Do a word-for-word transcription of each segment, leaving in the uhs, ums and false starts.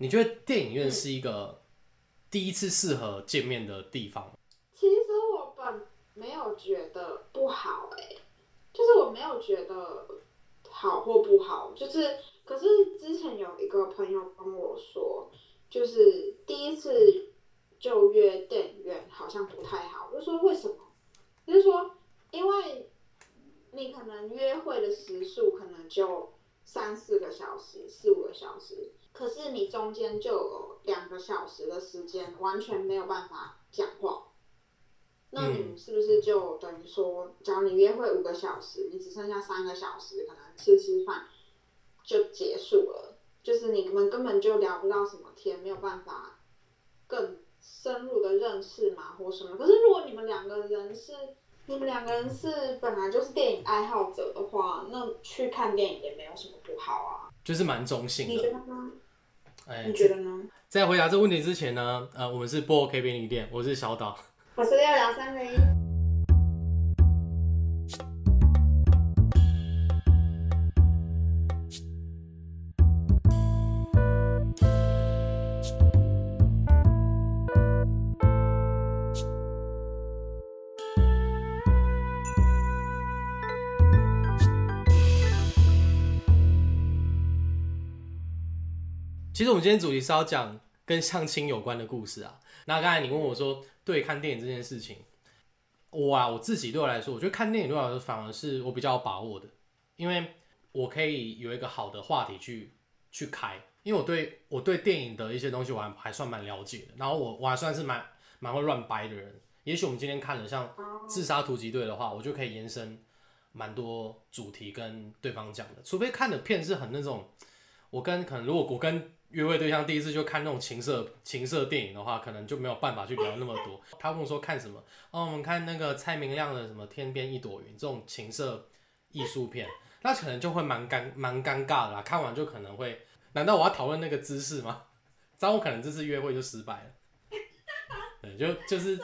你觉得电影院是一个第一次适合见面的地方吗？ 其实我本没有觉得不好哎、欸，就是我没有觉得好或不好，就是可是之前有一个朋友跟我说，就是第一次就约电影院好像不太好，我就说为什么？就是说因为你可能约会的时数可能就三四个小时、四五个小时，可是你中间就有两个小时的时间完全没有办法讲话。那你是不是就等于说，假如你约会五个小时，你只剩下三个小时，可能吃吃饭就结束了，就是你们根本就聊不到什么天，没有办法更深入的认识嘛，或什么。可是如果你们两个人是，你们两个人是本来就是电影爱好者的话，那去看电影也没有什么不好啊， 就是蛮中性的。 你觉得呢？ 哎， 你觉得呢？ 在回答这个问题之前呢，呃，我们是波 K 便利店，我是小岛。 我是六聊三零。 其实我们今天主题是要讲跟相亲有关的故事啊。那刚才你问我说，对看电影这件事情，我啊我自己对我来说，我觉得看电影对我来说反而是我比较有把握的，因为我可以有一个好的话题去去开，因为我对我对电影的一些东西我还还算蛮了解的，然后我我还算是蛮蛮会乱掰的人。也许我们今天看了像《自杀突击队》的话，我就可以延伸蛮多主题跟对方讲的，除非看的片是很那种，我跟可能如果我跟约会对象第一次就看那种情色情色电影的话，可能就没有办法去聊那么多。他问我说看什么？哦，我们看那个蔡明亮的什么《天边一朵云》这种情色艺术片，那可能就会蛮尴蛮尴尬的啦。看完就可能会，难道我要讨论那个姿势吗？这样我可能这次约会就失败了。对，就就是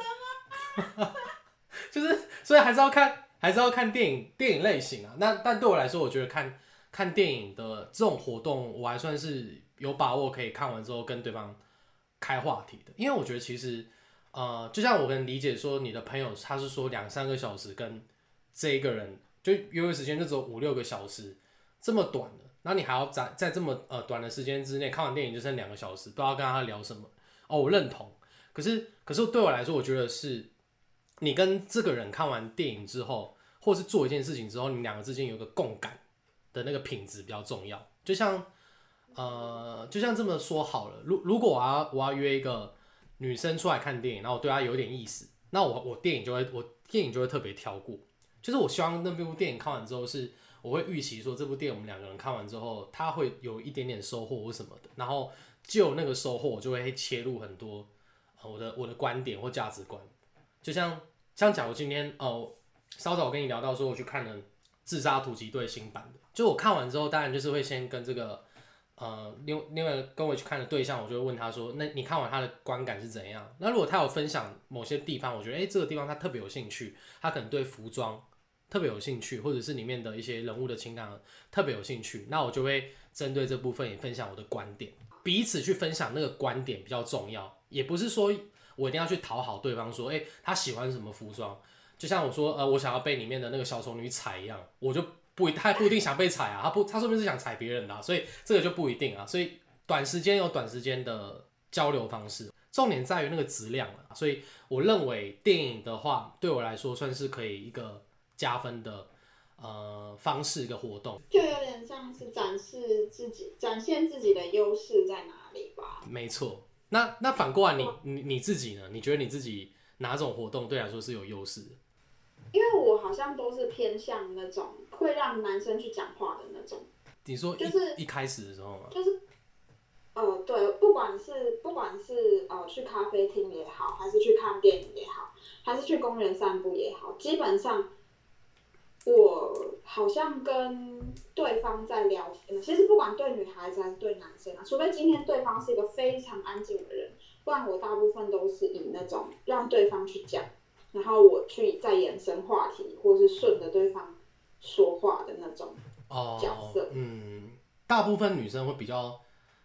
就是，所以还是要看还是要看电影电影类型啊。那但对我来说，我觉得看看电影的这种活动，我还算是有把握可以看完之后跟对方开话题的，因为我觉得其实，呃，就像我跟理解说，你的朋友他是说两三个小时跟这一个人就约会时间就只有五六个小时，这么短的，然后你还要在在这么呃短的时间之内看完电影就剩两个小时，不知道跟他聊什么。哦，我认同。可是可是对我来说，我觉得是你跟这个人看完电影之后，或是做一件事情之后，你们两个之间有一个共感的那个品质比较重要。就像呃，就像这么说好了，如如果我要我要约一个女生出来看电影，然后我对她有点意思，那我我电影就会我电影就会特别挑过。就是我希望那部电影看完之后是，我会预期说这部电影我们两个人看完之后，他会有一点点收获或什么的，然后就那个收获，我就会切入很多、呃、我的我的观点或价值观。就像像假如今天呃，稍早我跟你聊到说我去看了《自杀突击队》新版的，就我看完之后，当然就是会先跟这个呃另另外跟我一起看的对象，我就会问他说，那你看完他的观感是怎样？那如果他有分享某些地方，我觉得哎、欸、这个地方他特别有兴趣，他可能对服装特别有兴趣，或者是里面的一些人物的情感特别有兴趣，那我就会针对这部分也分享我的观点，彼此去分享那个观点比较重要，也不是说我一定要去讨好对方说，哎、欸，他喜欢什么服装，就像我说，呃，我想要被里面的那个小丑女踩一样，我就不他不一定想被踩啊，他不他说不定是想踩别人的、啊，所以这个就不一定啊，所以短时间有短时间的交流方式，重点在于那个质量啊，所以我认为电影的话，对我来说算是可以一个加分的呃方式，一个活动， 就有点像是展示自己、展现自己的优势在哪里吧。 没错。那那反过来你，你你自己呢？你觉得你自己哪种活动对你来说是有优势的？ 因为我好像都是偏向那种会让男生去讲话的那种。 你说一、 就是一开始的时候吗？ 就是呃，对，不管是不管是呃去咖啡厅也好，还是去看电影也好，还是去公园散步也好，基本上我好像跟对方在聊天，其实不管对女孩子还是对男生啊，除非今天对方是一个非常安静的人，不然我大部分都是以那种让对方去讲，然后我去再延伸话题，或是顺着对方说话的那种角色。 哦、嗯，大部分女生会比较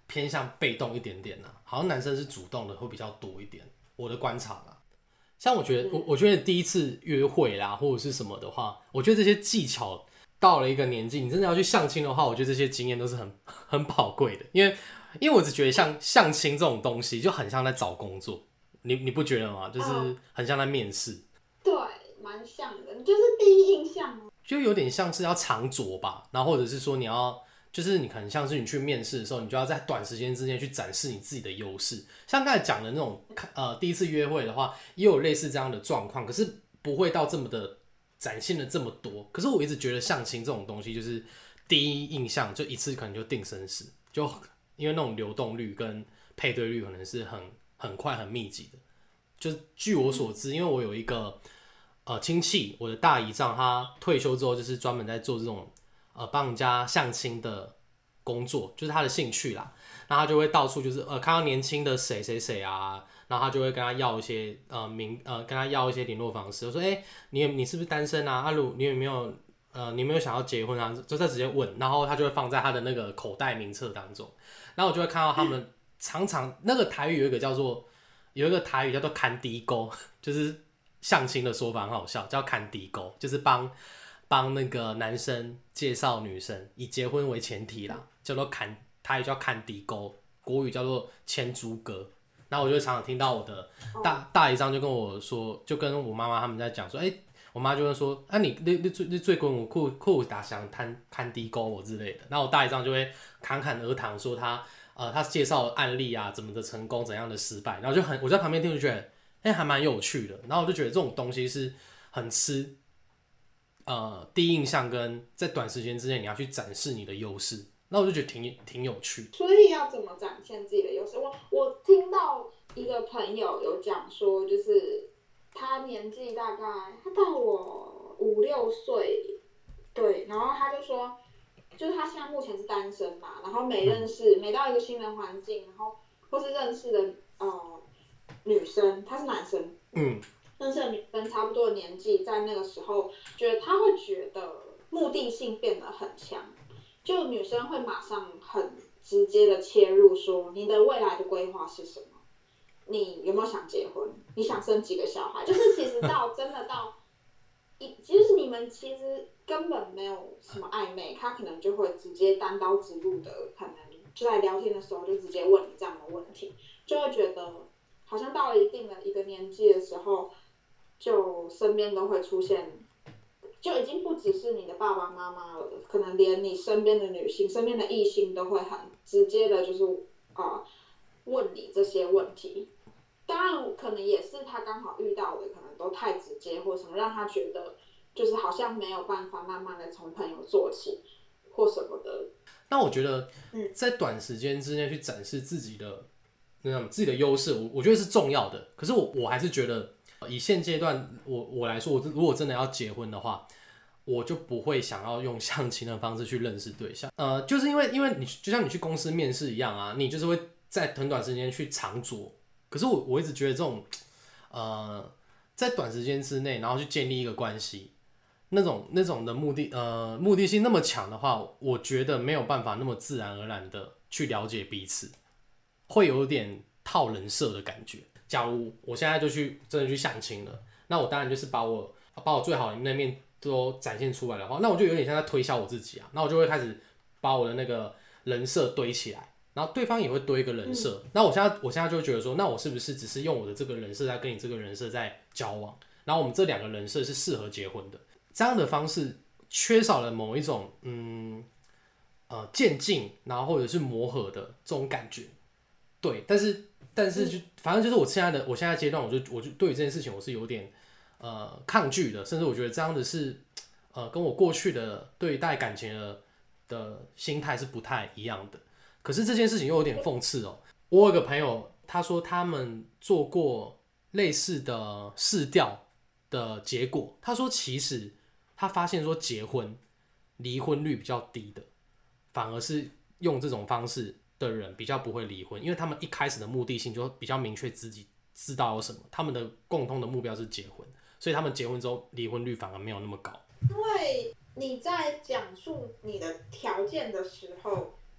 偏向被动一点点呢、啊，好像男生是主动的会比较多一点，我的观察啦。像我觉得，我我觉得第一次约会啦，或者是什么的话，我觉得这些技巧到了一个年纪，你真的要去相亲的话，我觉得这些经验都是很很宝贵的，因为因为我只觉得像相亲这种东西就很像在找工作，你你不觉得吗？就是很像在面试。 对，蛮像的，就是第一印象就有点像是要藏拙吧，然后或者是说你要，就是你可能像是你去面试的时候，你就要在短时间之内去展示你自己的优势。像刚才讲的那种，呃，第一次约会的话，也有类似这样的状况，可是不会到这么的展现的这么多。可是我一直觉得相亲这种东西，就是第一印象就一次可能就定生死，就因为那种流动率跟配对率可能是很很快很密集的。就是据我所知，因为我有一个。呃，亲戚，我的大姨丈，他退休之后就是专门在做这种呃帮人家相亲的工作，就是他的兴趣啦。然后他就会到处就是呃看到年轻的谁谁谁啊，然后他就会跟他要一些呃名呃跟他要一些联络方式。我说，哎、欸，你你是不是单身啊？阿、啊、鲁，你有没有呃你有没有想要结婚啊？就在直接问，然后他就会放在他的那个口袋名册当中。然后我就会看到他们常常那个台语有一个叫做有一个台语叫做砍低沟，就是。相亲的说法很好笑，叫砍低沟，就是帮帮那个男生介绍女生，以结婚为前提啦，叫做砍，台语叫砍低沟，国语叫做牵猪哥。然后我就常常听到我的大大姨丈就跟我说，就跟我妈妈他们在讲说，哎、欸，我妈就会说，啊你你你最你最近有酷酷打想摊砍低沟我之类的。然后我大姨丈就会侃侃而谈说他呃他介绍案例啊，怎么的成功，怎样的失败，然后就很我在旁边听就觉得。哎、欸，还蛮有趣的，然后我就觉得这种东西是很吃，呃，第一印象跟在短时间之内你要去展示你的优势，那我就觉得挺挺有趣。 所以要怎么展现自己的优势？我我听到一个朋友有讲说，就是他年纪大概他到我五六岁，对，然后他就说，就是他现在目前是单身嘛，然后每认识、嗯、每到一个新的环境，然后或是认识的呃。女生，他是男生， 嗯， 认识的女生差不多的年纪，在那个时候，觉得他会觉得目的性变得很强，就女生会马上很直接的切入说，你的未来的规划是什么？你有没有想结婚？你想生几个小孩？就是其实到真的到一，就是你们其实根本没有什么暧昧，他可能就会直接单刀直入的，可能就在聊天的时候就直接问你这样的问题，就会觉得。好像到了一定的一个年纪的时候，就身边都会出现，就已经不只是你的爸爸妈妈了，可能连你身边的女性、身边的异性都会很直接的，就是呃问你这些问题。当然，可能也是他刚好遇到的，可能都太直接或什么，让他觉得就是好像没有办法慢慢的从朋友做起或什么的。 那我觉得，在短时间之内去展示自己的。那自己的优势，我我觉得是重要的。可是我我还是觉得，以现阶段我我来说，我如果真的要结婚的话，我就不会想要用相亲的方式去认识对象。呃，就是因为因为你就像你去公司面试一样啊，你就是会在很短时间去藏拙。可是我我一直觉得这种呃，在短时间之内，然后去建立一个关系，那种那种的目的呃目的性那么强的话，我觉得没有办法那么自然而然的去了解彼此。会有点套人设的感觉。假如我现在就去真的去相亲了，那我当然就是把我把我最好的那面都展现出来的话，那我就有点像在推销我自己啊。那我就会开始把我的那个人设堆起来，然后对方也会堆一个人设。嗯、那我现在我现在就会觉得说，那我是不是只是用我的这个人设在跟你这个人设在交往？然后我们这两个人设是适合结婚的，这样的方式缺少了某一种嗯呃渐进，然后或者是磨合的这种感觉。对，但是但是就反正就是我现在的我现在阶段，我就我就对于这件事情我是有点呃抗拒的，甚至我觉得这样的是呃跟我过去的对待感情的的心态是不太一样的。可是这件事情又有点讽刺哦。我有个朋友，他说他们做过类似的市调的结果，他说其实他发现说结婚离婚率比较低的，反而是用这种方式。的人比较不会离婚，因为他们一开始的目的性就比较明确，自己知道有什么，他们的共同的目标是结婚，所以他们结婚之后离婚率反而没有那么高。 因为你在讲述你的条件的时候，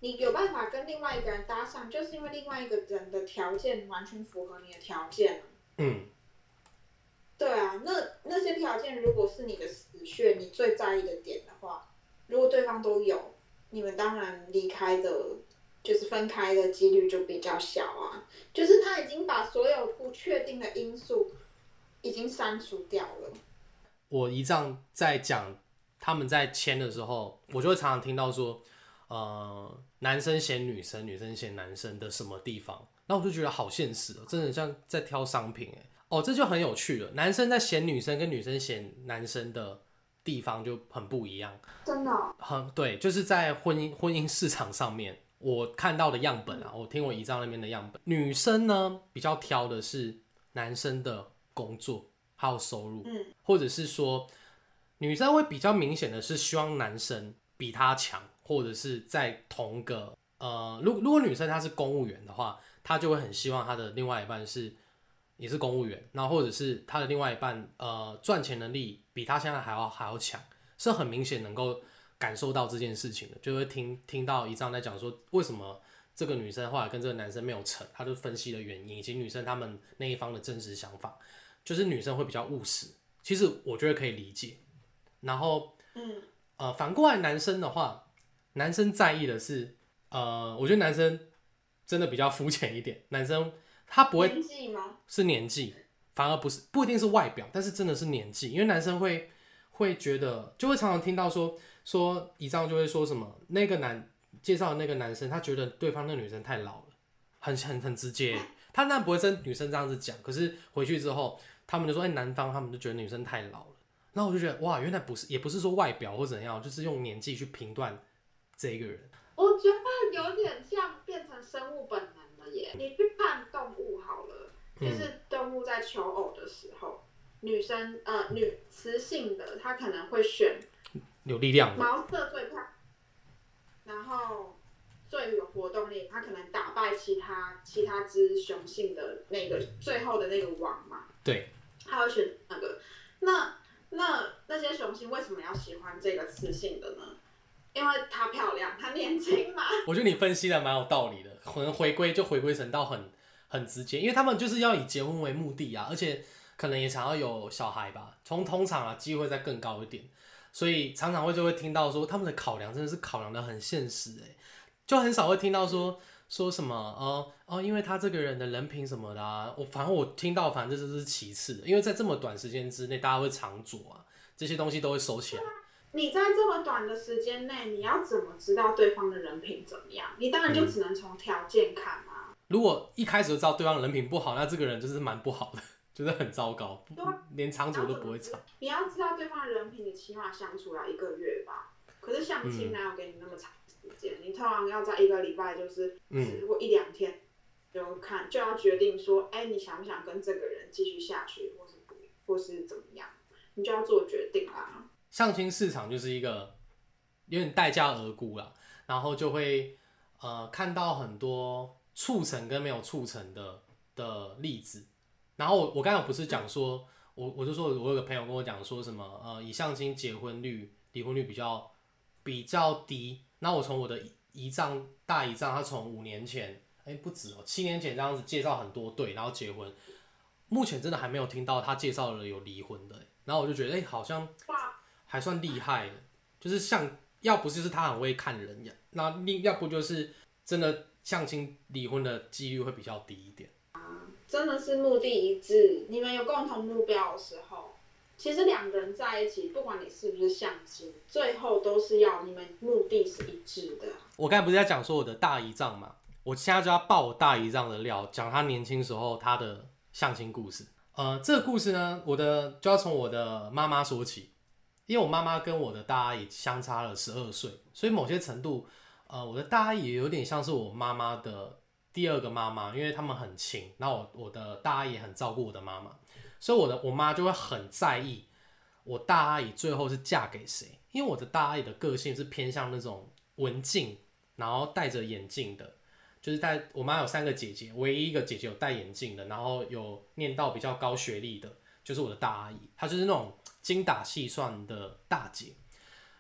你有办法跟另外一个人搭上，就是因为另外一个人的条件完全符合你的条件。 嗯， 对啊，那那些条件如果是你的死穴，你最在意的点的话，如果对方都有，你们当然离开的，就是分开的几率就比较小啊。就是他已经把所有不确定的因素已经删除掉了。 我姨丈在讲他们在签的时候，我就会常常听到说，呃，男生嫌女生，女生嫌男生的什么地方，那我就觉得好现实哦，真的像在挑商品哎。哦，这就很有趣了。男生在嫌女生跟女生嫌男生的地方就很不一样， 真的、哦。 很对，就是在婚姻婚姻市场上面，我看到的样本啊，我听我姨丈那边的样本，女生呢比较挑的是男生的工作还有收入， 嗯， 或者是说女生会比较明显的是希望男生比她强，或者是在同个呃，如如果女生她是公务员的话，她就会很希望她的另外一半是也是公务员，然后或者是她的另外一半呃赚钱能力比她现在还要还要强，是很明显能够感受到这件事情的，就会听听到姨丈在讲说为什么这个女生后来跟这个男生没有成，他就分析了原因以及女生他们那一方的真实想法，就是女生会比较务实，其实我觉得可以理解。然后， 嗯， 呃，反过来男生的话，男生在意的是，呃，我觉得男生真的比较肤浅一点，男生他不会年纪吗？ 是年纪，反而不是不一定是外表，但是真的是年纪，因为男生会会觉得，就会常常听到说说姨丈就会说什么那个男介绍的那个男生，他觉得对方那个女生太老了，很很很直接，他当然不会跟女生这样子讲，可是回去之后，他们就说，哎、欸，男方他们就觉得女生太老了。然后我就觉得哇，原来不是，也不是说外表或怎样，就是用年纪去评断这一个人。 我觉得有点像变成生物本能了耶。你去看动物好了，就是动物在求偶的时候，嗯、女生呃女雌性的，她可能会选有力量的， 毛色最漂亮，然后最有活动力，她可能打败其他其他只雄性的那个最后的那个王嘛。 对， 她会选那个那。那那些雄性为什么要喜欢这个雌性的呢？因为她漂亮，她年轻嘛。 我觉得你分析的蛮有道理的，可能回归就回归成到很很直接，因为他们就是要以结婚为目的啊，而且可能也想要有小孩吧，从通常啊机会再更高一点，所以常常会就会听到说他们的考量真的是考量的很现实哎，就很少会听到说。说什么哦哦，因为他这个人的人品什么的啊，我反正我听到，反正这是其次的，因为在这么短时间之内，大家会藏拙啊，这些东西都会收起来。 你在这么短的时间内，你要怎么知道对方的人品怎么样？你当然就只能从条件看啊、嗯。 如果一开始就知道对方人品不好，那这个人就是蛮不好的，就是很糟糕，连藏拙都不会藏。 你要知道对方的人品，你起码相处要一个月吧。可是相亲哪有给你那么长？嗯、你通常要在一个礼拜，就是只或一两天就看，就要决定说，哎、欸，你想不想跟这个人继续下去，或是不，或是怎么样，你就要做决定啦。 相亲市场就是一个有点待价而沽啦，然后就会呃看到很多促成跟没有促成的的例子。然后我我刚才不是讲说，我我就说我有个朋友跟我讲说什么呃以相亲结婚率离婚率比较比较低。那我从我的姨丈大姨丈，他从五年前，哎、欸、不止哦，七年前这样子介绍很多对，然后结婚，目前真的还没有听到他介绍了有离婚的，然后我就觉得，哎、欸，好像还算厉害，就是像要不就是他很会看人，那另要不就是真的相亲离婚的几率会比较低一点。 真的是目的一致，你们有共同目标的时候。其实两个人在一起，不管你是不是相亲，最后都是要你们目的是一致的。 我刚才不是在讲说我的大姨丈嘛，我现在就要爆我大姨丈的料，讲他年轻时候他的相亲故事。呃，这个故事呢，我的就要从我的妈妈说起，因为我妈妈跟我的大阿姨相差了十二岁，所以某些程度，呃，我的大阿姨也有点像是我妈妈的第二个妈妈，因为他们很亲，然后我我的大阿姨也很照顾我的妈妈。所以我的我妈就会很在意我大阿姨最后是嫁给谁，因为我的大阿姨的个性是偏向那种文静，然后戴着眼镜的，就是戴我妈有三个姐姐，唯一一个姐姐有戴眼镜的，然后有念到比较高学历的，就是我的大阿姨，她就是那种精打细算的大姐。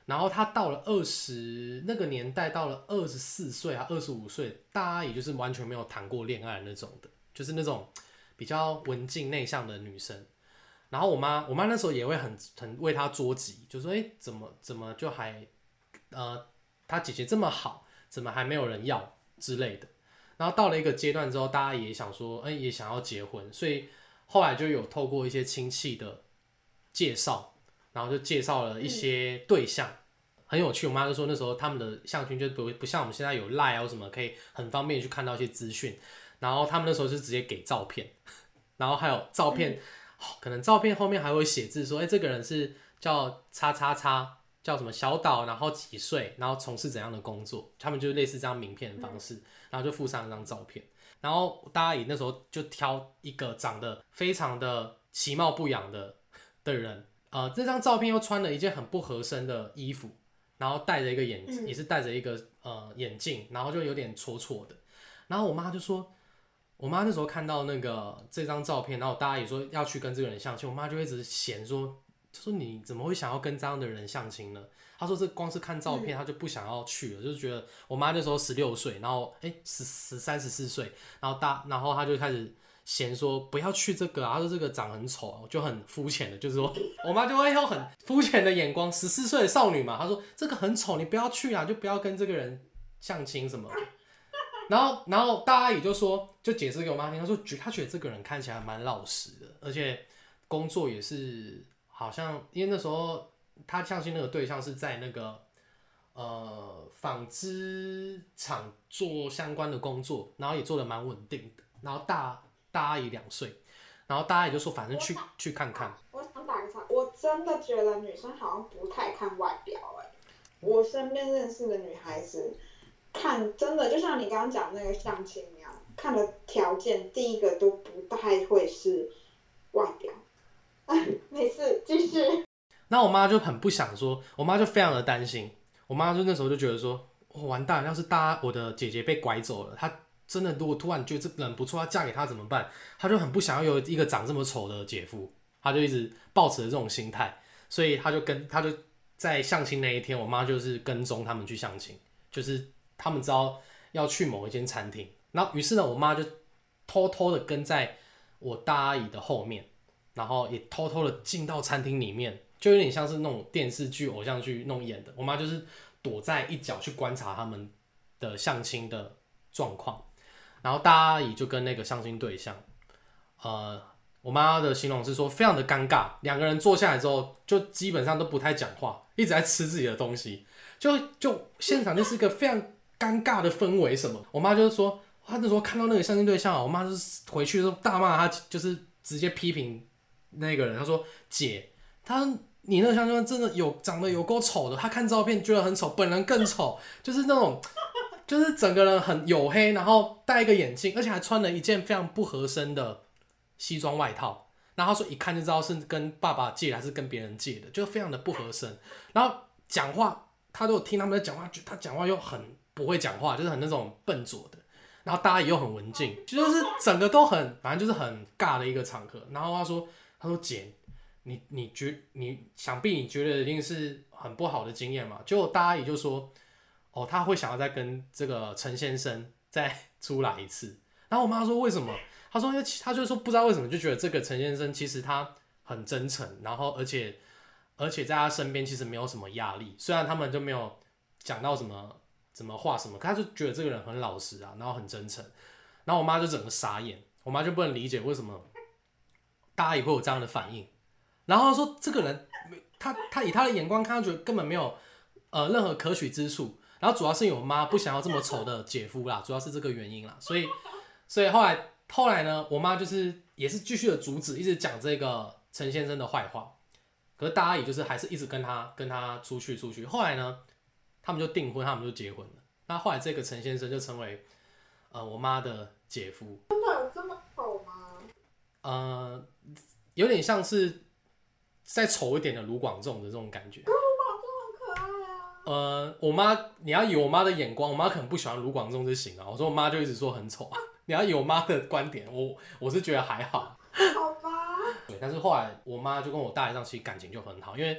然后他到了二十那个年代，到了二十四岁啊，二十五岁，大阿姨就是完全没有谈过恋爱的那种的，就是那种比较文静内向的女生。然后我妈，我妈那时候也会很很为她着急，就说：“哎、欸，怎么怎么就还呃，她姐姐这么好，怎么还没有人要之类的。”然后到了一个阶段之后，大家也想说，哎、欸，也想要结婚，所以后来就有透过一些亲戚的介绍，然后就介绍了一些对象，嗯、很有趣。我妈就说那时候他们的相亲就不不像我们现在有 Line 啊什么，可以很方便去看到一些资讯。然后他们那时候是直接给照片，然后还有照片。嗯可能照片后面还会写字说，哎、欸，这个人是叫叉叉叉，叫什么小岛，然后几岁，然后从事怎样的工作，他们就是类似这样名片的方式，然后就附上一张照片，然后大家也那时候就挑一个长得非常的其貌不扬的的人，呃，这张照片又穿了一件很不合身的衣服，然后戴着一个眼镜，也是戴着一个呃眼镜，然后就有点戳戳的，然后我妈就说。我妈那时候看到那个这张照片，然后大家也说要去跟这个人相亲，我妈就一直嫌说，她说你怎么会想要跟这样的人相亲呢？她说这光是看照片，她就不想要去了，就是觉得我妈那时候十六岁，然后哎十十三十四岁，然后大然后她就开始嫌说不要去这个啊，她说这个长很丑，就很肤浅的，就是说我妈就会用很肤浅的眼光，十四岁的少女嘛，她说这个很丑，你不要去啊，就不要跟这个人相亲什么的。然后，然后大阿姨就说，就解释给我妈听，她说，她觉得这个人看起来蛮老实的，而且工作也是好像，因为那时候她相亲那个对象是在那个呃纺织厂做相关的工作，然后也做得蛮稳定的。然后大大阿姨两岁，然后大阿姨就说，反正去去看看。 我想打个岔，我真的觉得女生好像不太看外表哎、欸，我身边认识的女孩子。看，真的就像你刚刚讲那个相亲一样，看的条件第一个都不太会是外表。没事，继续。 那我妈就很不想说，我妈就非常的担心，我妈就那时候就觉得说，哦、完蛋，要是大我的姐姐被拐走了，她真的如果突然觉得这个人不错，要嫁给他怎么办？她就很不想要有一个长这么丑的姐夫，她就一直抱持着这种心态，所以她就跟她就在相亲那一天，我妈就是跟踪他们去相亲，就是。他们知道要去某一间餐厅，然后于是呢，我妈就偷偷的跟在我大阿姨的后面，然后也偷偷的进到餐厅里面，就有点像是那种电视剧、偶像剧弄演的。我妈就是躲在一角去观察他们的相亲的状况，然后大阿姨就跟那个相亲对象，呃，我妈的形容是说非常的尴尬，两个人坐下来之后，就基本上都不太讲话，一直在吃自己的东西，就就现场就是一个非常。尴尬的氛围什么，我妈就是说，她那时候看到那个相亲对象，我妈就是回去就大骂她，就是直接批评那个人。她说：“姐，他你那个相亲对象真的有长得有够丑的，他看照片觉得很丑，本人更丑，就是那种，就是整个人很黝黑，然后戴一个眼镜，而且还穿了一件非常不合身的西装外套。然后她说一看就知道是跟爸爸借的还是跟别人借的，就非常的不合身。然后讲话，她都有听他们在讲话，她讲话又很。”不会讲话，就是很那种笨拙的，然后大家也又很文静，就是整个都很，反正就是很尬的一个场合。然后他说：“他说姐，你你觉你想必你觉得一定是很不好的经验嘛？”结果大阿姨就说：“哦，他会想要再跟这个陈先生再出来一次。”然后我妈说：“为什么？”他说：“因为他就说不知道为什么就觉得这个陈先生其实他很真诚，然后而且而且在他身边其实没有什么压力，虽然他们就没有讲到什么。”怎么画什么，可他就觉得这个人很老实啊，然后很真诚，然后我妈就整个傻眼，我妈就不能理解为什么大家也会有这样的反应，然后说这个人他他以他的眼光看，他觉得根本没有呃任何可取之处，然后主要是因为我妈不想要这么丑的姐夫啦，主要是这个原因啦，所以所以后来后来呢，我妈就是也是继续的阻止，一直讲这个陈先生的坏话，可是大阿姨就是还是一直跟他跟他出去出去，后来呢。他们就订婚，他们就结婚了。那后来这个陈先生就成为呃我妈的姐夫。 真的有这么丑吗？ 呃，有点像是再丑一点的卢广仲的这种感觉。 可是卢广仲很可爱啊。 呃，我妈你要以我妈的眼光，我妈可能不喜欢卢广仲就行了。我说我妈就一直说很丑啊。你要以我妈的观点，我我是觉得还好。 好吧。 对，但是后来我妈就跟我大姨丈其实感情就很好，因为。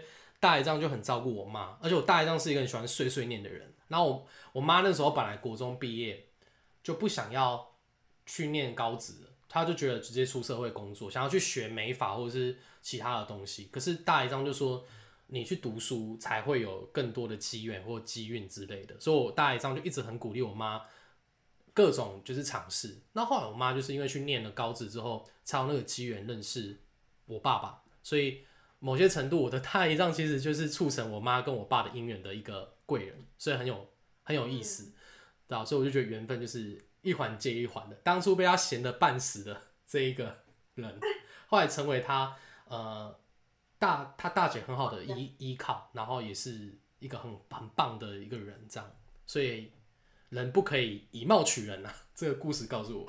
大姨丈就很照顾我妈，而且我大姨丈是一个很喜欢碎碎念的人。然后我我妈那时候本来国中毕业就不想要去念高职了，她就觉得直接出社会工作，想要去学美发或者是其他的东西。可是大姨丈就说，你去读书才会有更多的机缘或机运之类的，所以我大姨丈就一直很鼓励我妈各种就是尝试。那后来我妈就是因为去念了高职之后，才有那个机缘认识我爸爸，所以某些程度我的大姨丈其实就是促成我妈跟我爸的姻缘的一个贵人，所以很有很有意思，对啊，所以我就觉得缘分就是一环接一环的。当初被他闲得半死的这一个人，后来成为他呃大他大姐很好的依依靠，然后也是一个很很棒的一个人，这样。所以人不可以以貌取人啊，这个故事告诉我。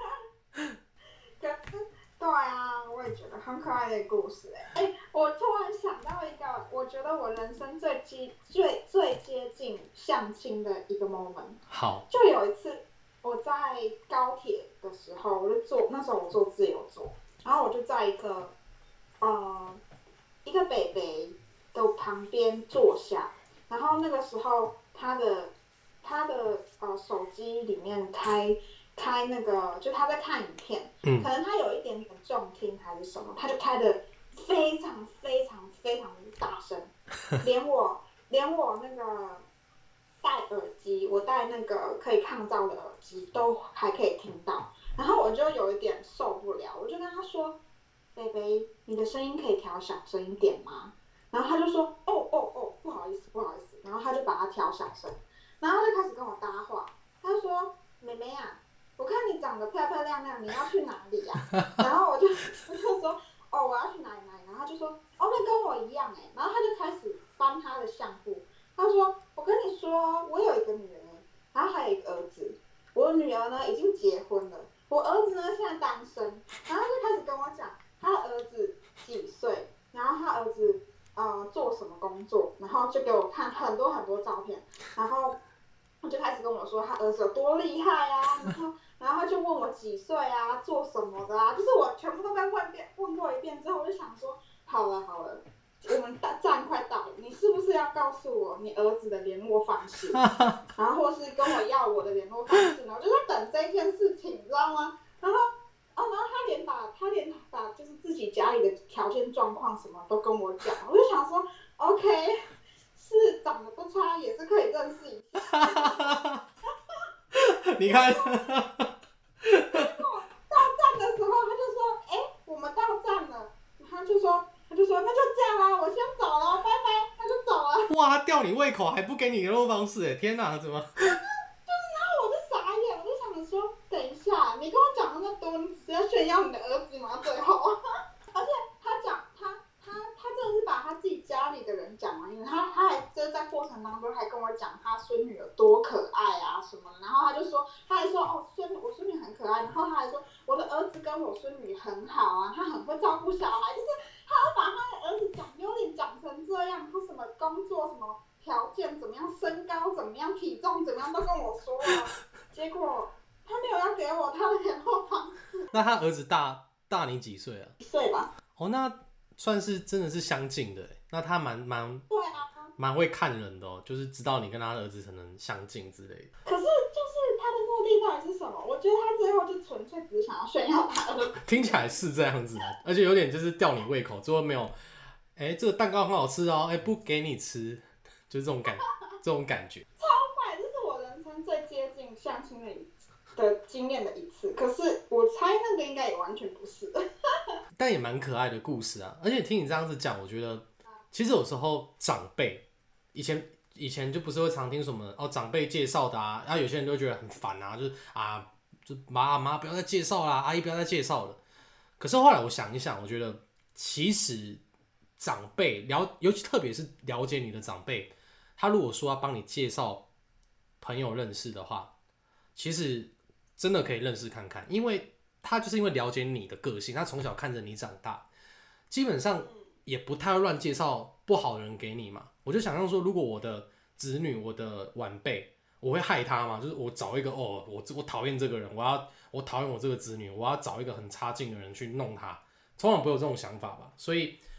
对啊，我也觉得很可爱的故事哎、欸欸、我突然想到一个，我觉得我人生最接最最接近相亲的一个 moment。 好， 就有一次我在高铁的时候，我就坐那时候我坐自由座，然后我就在一个呃一个北北的旁边坐下，然后那个时候他的他的呃手机里面开。开那个，就他在看影片，嗯、可能他有一点点重听还是什么，他就开的非常非常非常大声，连我连我那个戴耳机，我戴那个可以抗噪的耳机都还可以听到，然后我就有一点受不了，我就跟他说：“贝贝，你的声音可以调小声一点吗？”然后他就说：“哦哦哦，不好意思不好意思。”然后他就把它调小声，然后他就开始跟我搭话，他就说：“妹妹啊。”我看你长得漂漂亮亮，你要去哪里呀、啊？然后我就我就说，哦，我要去哪里哪里。然后他就说，哦，那跟我一样哎。然后他就开始翻他的相簿，他说，我跟你说，我有一个女儿，然后还有一个儿子。我女儿呢已经结婚了，我儿子呢现在单身。然后他就开始跟我讲，他的儿子几岁，然后他儿子呃做什么工作，然后就给我看很多很多照片，然后他就开始跟我说他儿子有多厉害啊，然后。然后他就问我几岁啊，做什么的啊，就是我全部都被问遍问过一遍之后，我就想说，好了好了，我们站快到了，你是不是要告诉我你儿子的联络方式，然后或是跟我要我的联络方式呢？我就在等这件事情，你知道吗？然后，哦，然后他连把他连把就是自己家里的条件状况什么都跟我讲，我就想说 ，OK， 是长得不差，也是可以认识一下。 你看。 结果到站的时候，他就说：“哎、欸，我们到站了。”他就说：“他就说那就这样啦，我先走了，拜拜。”他就走了。 哇，他吊你胃口，还不给你联络方式，哎，天哪，怎么？ 就是，然后我就傻眼，我就想着说：“等一下，你跟我讲那么多，你只是要炫耀你的儿子吗？最后，而且他讲他他他真的是把他自己家里的人讲完，因为他他还就是在过程当中还跟我讲他孙女有多可爱啊什么的，然后他就说。他还说哦，孙我孙女很可爱，然后他还说我的儿子跟我孙女很好啊，他很会照顾小孩，就是他要把他的儿子讲优点讲成这样，他什么工作什么条件怎么样，身高怎么样，体重怎么样都跟我说了，结果他没有要给我他的联络方式。 那他儿子大大你几岁啊？ 一岁吧。 哦，那算是真的是相近的，那他蛮蛮对啊，蛮会看人的哦，就是知道你跟他的儿子可能相近之类的。 可是就是他的目的到底是什么？我觉得他最后就纯粹只是想要炫耀他儿子。 听起来是这样子的，而且有点就是吊你胃口，最后没有，哎、欸，这个蛋糕很好吃哦，哎、欸，不给你吃，就是这种感，这种感觉。 超快，这是我人生最接近相亲的一次的经验的一次。可是我猜那个应该也完全不是。 但也蛮可爱的故事啊，而且听你这样子讲，我觉得其实有时候长辈以前。以前就不是会常听什么哦长辈介绍的啊，然后有些人都会觉得很烦啊，就是啊，就妈妈不要再介绍啦，阿姨不要再介绍了。可是后来我想一想，我觉得其实长辈了，尤其特别是了解你的长辈，他如果说要帮你介绍朋友认识的话，其实真的可以认识看看，因为他就是因为了解你的个性，他从小看着你长大，基本上也不太会乱介绍不好的人给你嘛。我就想象说，如果我的子女、我的晚辈，我会害他嘛？就是我找一个哦，我我讨厌这个人，我要我讨厌我这个子女，我要找一个很差劲的人去弄他，通常不会有这种想法吧？所以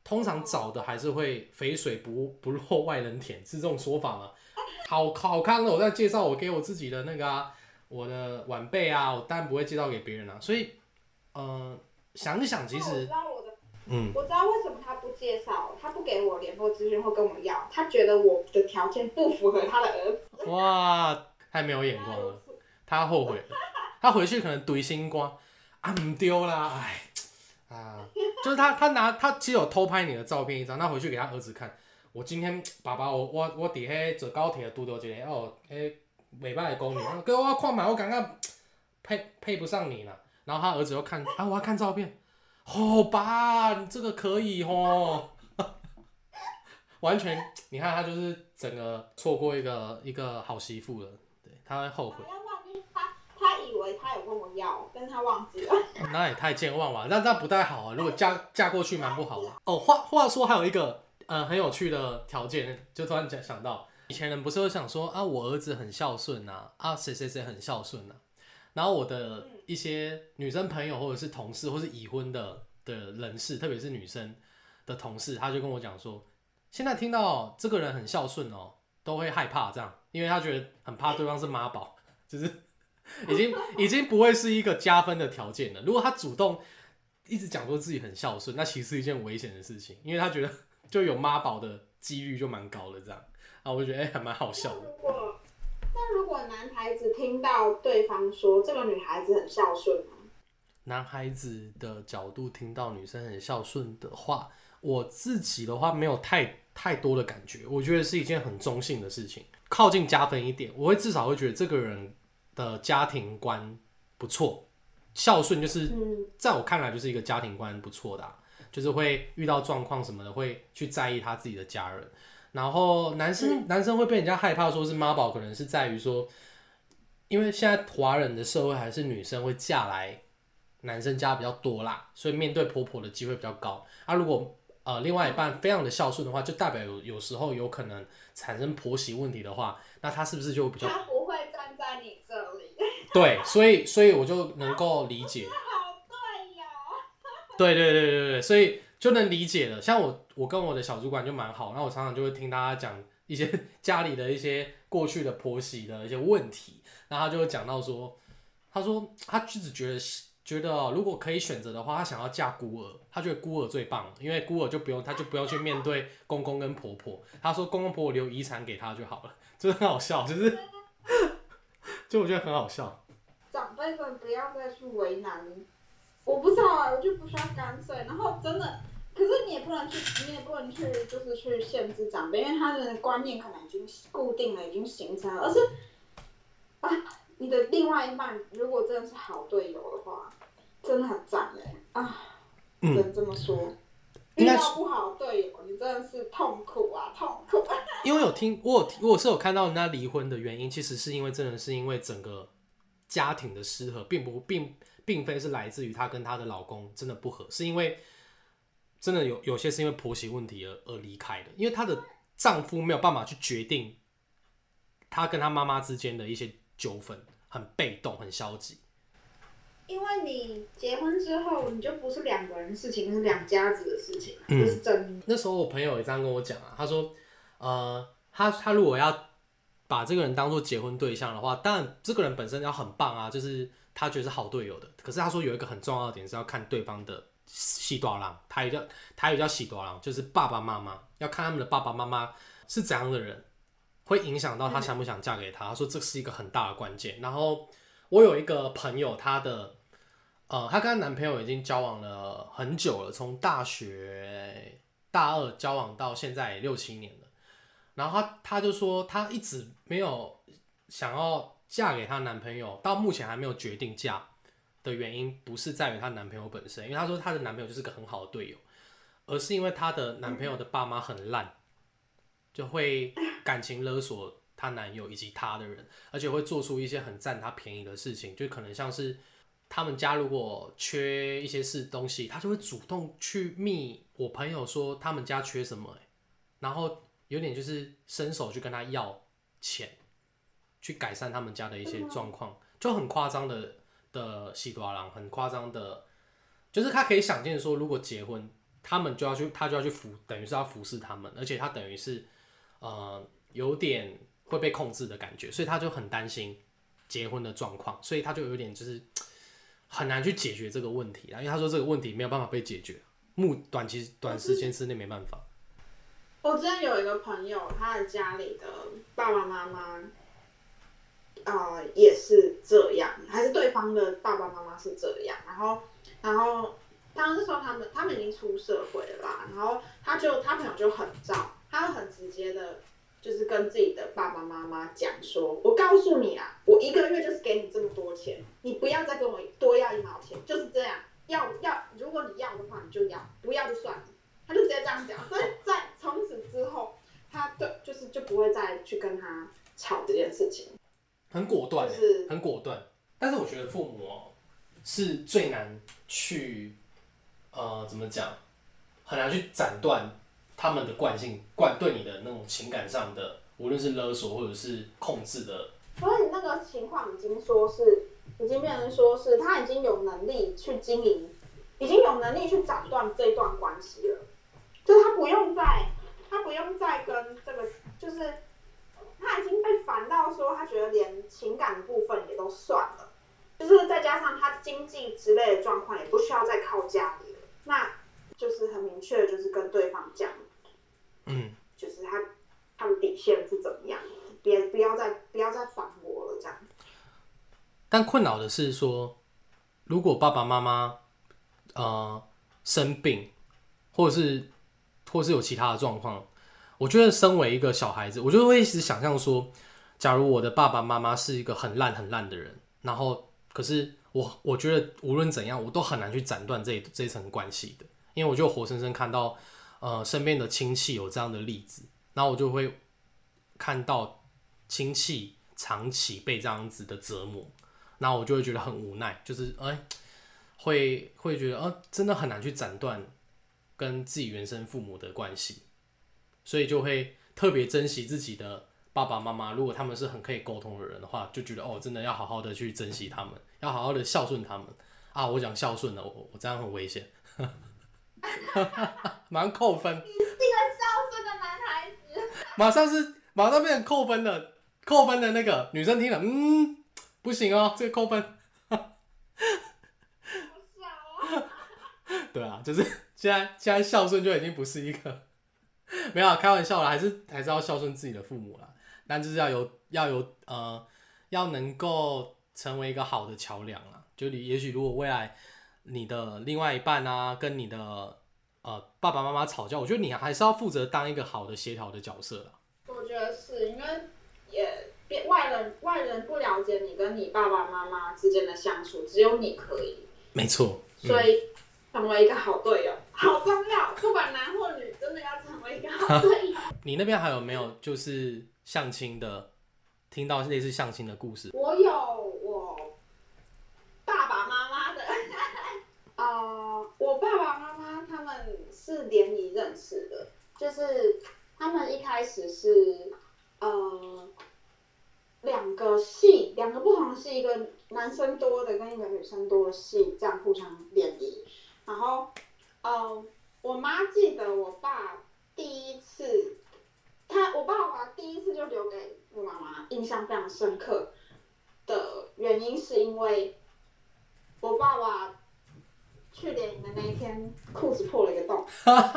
通常找的还是会肥水不不落外人田，是这种说法吗？好好看的，我在介绍我给我自己的那个啊，我的晚辈啊，我当然不会介绍给别人啊。所以，呃，想一想，其实， 我知道我的， 嗯， 我知道为什么他不介绍，他不给我联络资讯或跟我要，他觉得我的条件不符合他的儿子。 哇，太没有眼光了，他后悔了，他回去可能怼星光啊，唔丢啦，哎，啊，就是他他拿他其实有偷拍你的照片一张，他回去给他儿子看。我今天爸爸，我我我伫迄坐高铁拄到一个哦，迄袂歹的公女，哥我看嘛，我感觉配配不上你啦。然后他儿子又看啊，我要看照片，好吧，你这个可以吼，完全你看他就是整个错过一个一个好媳妇了，对，他会后悔。 他他以为他有跟我要，但是他忘记了。 那也太健忘了，那那不太好啊。如果嫁嫁过去蛮不好啊。哦，话话说还有一个。呃，很有趣的条件，就突然想到，以前人不是会想说啊，我儿子很孝顺啊，啊谁谁谁很孝顺啊，然后我的一些女生朋友或者是同事或是已婚的的人士，特别是女生的同事，他就跟我讲说，现在听到这个人很孝顺哦，都会害怕这样，因为他觉得很怕对方是妈宝，就是已经已经不会是一个加分的条件了。如果他主动一直讲说自己很孝顺，那其实是一件危险的事情，因为他觉得。就有妈宝的几率就蛮高的，这样啊，我就觉得哎、欸、还蛮好笑的。 那如果那如果男孩子听到对方说这个女孩子很孝顺呢？ 男孩子的角度听到女生很孝顺的话，我自己的话没有太太多的感觉，我觉得是一件很中性的事情，靠近加分一点，我会至少会觉得这个人的家庭观不错，孝顺就是在我看来就是一个家庭观不错的、啊。就是会遇到状况什么的，会去在意他自己的家人。然后男生、嗯、男生会被人家害怕说是妈宝，可能是在于说，因为现在华人的社会还是女生会嫁来男生家比较多啦，所以面对婆婆的机会比较高。啊，如果呃另外一半非常的孝顺的话，就代表有有时候有可能产生婆媳问题的话，那他是不是就比较？ 他不会站在你这里。 对，所以所以我就能够理解。对对对对对，所以就能理解了。像我，我跟我的小主管就蛮好，那我常常就会听大家讲一些家里的一些过去的婆媳的一些问题，然后他就会讲到说，他说他就只觉得觉得、哦、如果可以选择的话，他想要嫁孤儿，他觉得孤儿最棒，因为孤儿就不用他就不用去面对公公跟婆婆，他说公公婆婆留遗产给他就好了，就是很好笑，就是就我觉得很好笑。 长辈们不要再去为难。我不知道啊，我就不需要干脆，然后真的，可是你也不能去，你也不能去，就是去限制长辈，因为他的观念可能已经固定了，已经形成了。而是啊，你的另外一半如果真的是好队友的话，真的很赞哎啊，只能这么说。遇到不好的队友，你真的是痛苦啊，痛苦啊！ 因为有听我有我是有看到人家离婚的原因，其实是因为真的是因为整个家庭的失和，并不并。并非是来自于她跟她的老公真的不合，是因为真的有有些是因为婆媳问题而而离开的，因为她的丈夫没有办法去决定她跟她妈妈之间的一些纠纷，很被动，很消极。 因为你结婚之后，你就不是两个人的事情，是两家子的事情，这、嗯、是真的。 那时候我朋友也这样跟我讲啊，他说，呃，他他如果要把这个人当做结婚对象的话，当然这个人本身要很棒啊，就是他觉得是好队友的。可是他说有一个很重要的点是要看对方的喜大人，台语叫台语叫喜大人，就是爸爸妈妈，要看他们的爸爸妈妈是怎样的人，会影响到他想不想嫁给他。他说这是一个很大的关键。然后我有一个朋友，他的呃，她跟她男朋友已经交往了很久了，从大学大二交往到现在也六七年了。然后她她就说，她一直没有想要嫁给她男朋友，到目前还没有决定嫁的原因，不是在于她男朋友本身，因为她说她的男朋友就是个很好的队友，而是因为她的男朋友的爸妈很烂，就会感情勒索她男友以及她的人，而且会做出一些很占她便宜的事情，就可能像是他们家如果缺一些事东西，他就会主动去密我朋友说他们家缺什么、欸，然后有点就是伸手去跟他要钱，去改善他们家的一些状况，就很夸张的的西多郎，很夸张的，就是他可以想见说，如果结婚， 他们就要去，他就要去服，等于是要服侍他们，而且他等于是呃有点会被控制的感觉，所以他就很担心结婚的状况，所以他就有点就是很难去解决这个问题啦，因为他说这个问题没有办法被解决，目短期短时间之内没办法。 我之前有一个朋友，他的家里的爸爸妈妈，呃，也是这样，还是对方的爸爸妈妈是这样，然后，然后，当时说他们他们已经出社会了啦，然后他就他朋友就很照，他很直接的，就是跟自己的爸爸妈妈讲说，我告诉你啦，我一个月就是给你这么多钱，你不要再跟我多要一毛钱，就是这样，要要，如果你要的话你就要，不要就算了。他就直接这样讲，所以在从此之后，他就就是就不会再去跟他吵这件事情， 很果断、欸， 就是很果断。但是我觉得父母哦、喔、是最难去呃怎么讲，很难去斩断他们的惯性，惯对你的那种情感上的，无论是勒索或者是控制的。 所以那个情况已经说是，已经变成说是他已经有能力去经营，已经有能力去斩断这一段关系了。就他不用再，他不用再跟这个，就是他已经被烦到说，他觉得连情感的部分也都算了，就是再加上他经济之类的状况也不需要再靠家里了，那就是很明确的，就是跟对方讲， 嗯， 就是他他的底线是怎么样，别不要再不要再烦我了这样。 但困扰的是说，如果爸爸妈妈呃生病，或者是或是有其他的状况，我觉得身为一个小孩子，我就会一直想象说，假如我的爸爸妈妈是一个很烂很烂的人，然后可是我我觉得无论怎样，我都很难去斩断这这一层关系的，因为我就活生生看到呃身边的亲戚有这样的例子，然后我就会看到亲戚长期被这样子的折磨，然后我就会觉得很无奈，就是哎、欸，会会觉得呃真的很难去斩断跟自己原生父母的关系，所以就会特别珍惜自己的爸爸妈妈。如果他们是很可以沟通的人的话，就觉得哦，真的要好好的去珍惜他们，要好好的孝顺他们啊！我讲孝顺了，我我这样很危险，马上扣分。 你是个孝顺的男孩子， 马上是马上变成扣分的，扣分的那个女生听了，嗯，不行哦，这个扣分。 好笑哦。 对啊，就是现在现在孝顺就已经不是一个没有开玩笑啦，还是还是要孝顺自己的父母啦，但就是要有要有呃要能够成为一个好的桥梁啦。就你也许如果未来你的另外一半啊跟你的呃爸爸妈妈吵架，我觉得你还是要负责当一个好的协调的角色啦。 我觉得是因为也外人外人不了解你跟你爸爸妈妈之间的相处，只有你可以。 没错， 嗯、所以成为一个好队友好重要，不管男或女，真的要成为一个好队友。 你那边还有没有就是相亲的，听到类似相亲的故事？ 我有我爸爸妈妈的，呃，我爸爸妈妈他们是联谊认识的，就是他们一开始是呃两个系，两个不同的系，一个男生多的跟一个女生多的系，这样互相联谊。然后，呃，我妈记得我爸第一次，他我爸爸第一次就留给我妈妈印象非常深刻的原因，是因为我爸爸去联谊的那一天裤子破了一个洞。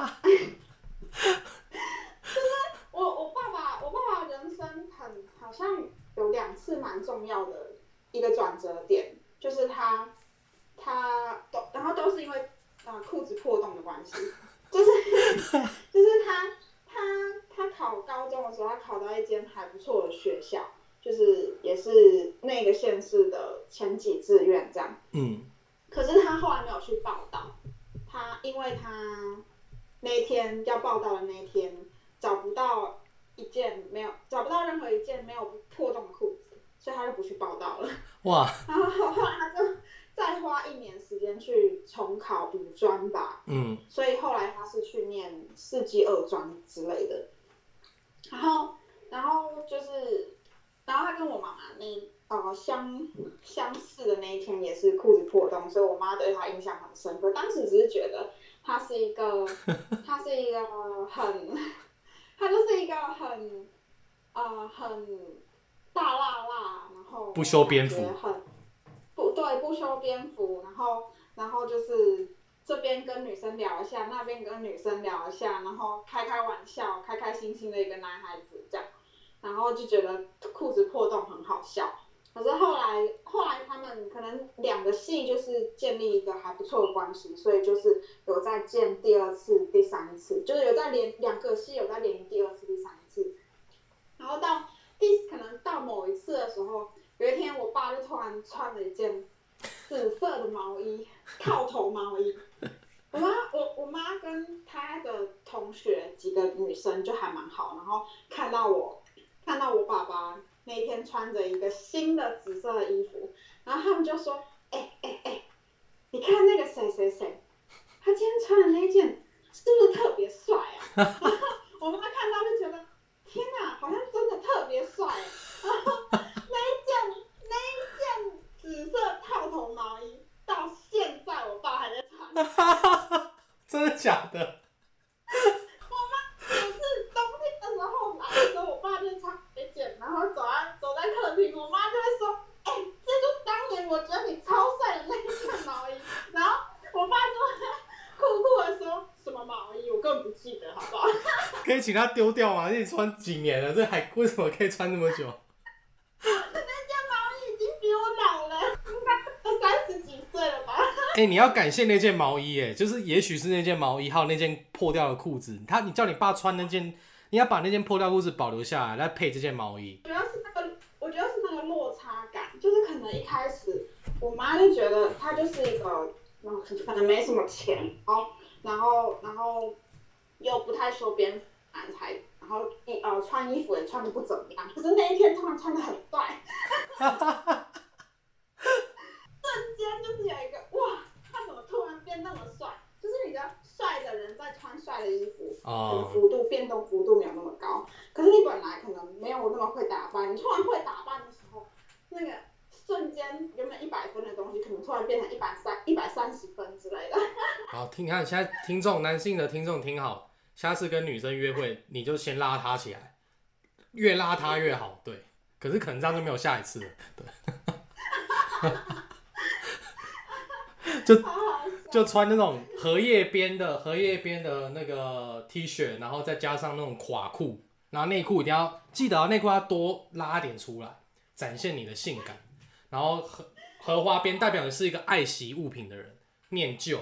就是我我爸爸我爸爸人生很好像有两次蛮重要的一个转折点，就是他他都然后都是因为。啊，裤子破洞的关系，就是就是他他他考高中的时候，他考到一间还不错的学校，就是也是那个县市的前几志愿这样。嗯。可是他后来没有去报到，他因为他那一天要报到的那一天找不到一件没有找不到任何一件没有破洞的裤子，所以他就不去报到了。哇！然后后来他就。再花一年时间去重考五专吧，嗯，所以后来他是去念四技二专之类的，然后，然后就是，然后他跟我妈妈那呃相相识的那一天也是裤子破洞，所以我妈对她印象很深刻。当时只是觉得她是一个，她是一个很，她就是一个很呃很大辣辣，然后不修边幅， 很不对不修边幅，然后然后就是这边跟女生聊一下，那边跟女生聊一下，然后开开玩笑，开开心心的一个男孩子这样。然后就觉得裤子破洞很好笑，可是后来后来他们可能两个系就是建立一个还不错的关系，所以就是有在见第二次、第三次，就是有在连两个系有在连第二次、第三次，然后到第可能到某一次的时候，有一天我爸就突然穿了一件紫色的毛衣，套头毛衣。我妈我我妈跟她的同学几个女生就还蛮好，然后看到我。看到我爸爸那一天穿着一个新的紫色的衣服，然后他们就说：“哎哎哎，你看那个谁谁谁，他今天穿的那件是不是特别帅啊？”然后我妈看到就觉得，天哪，好像真的特别帅。然后那一件那一件紫色套头毛衣，到现在我爸还在穿。 真的假的？ 然后走在走在客厅，我妈就会说：“哎、欸，这就是当年我觉得你超帅的那件毛衣。”然后我爸就会酷酷的说：“什么毛衣？我根本不记得，好不好？” 可以请他丢掉吗？你穿几年了？这还为什么可以穿那么久？ 那件毛衣已经比我老了，应该都三十几岁了吧？ 哎、欸，你要感谢那件毛衣，哎，就是也许是那件毛衣，还有那件破掉的裤子，他你叫你爸穿那件。你要把那件破掉裤子保留下来，再配这件毛衣。 主要是那个，我觉得是那个落差感，就是可能一开始我妈就觉得她就是一个，嗯，可能没什么钱，然后然后然后又不太修边幅男才，然后一呃穿衣服也穿的不怎么样，可是那一天突然穿的很帅，瞬间就是有一个哇，他怎么突然变那么帅？就是你的帅的人在穿帅的衣服， 哦， 幅度变动幅度没有那么高。可是你本来可能没有那么会打扮，你突然会打扮的时候，那个瞬间原本一百分的东西，可能突然变成一百三、一百三十分之类的。 好，听你看现在听众男性的听众听好，下次跟女生约会，你就先拉她起来，越拉她越好，对。可是可能这样就没有下一次了，对。就就穿那种荷叶边的荷叶边的那个 T 恤，然后再加上那种垮裤，然后内裤一定要记得内裤要多拉点出来，展现你的性感。然后荷荷花边代表的是一个爱惜物品的人，念旧。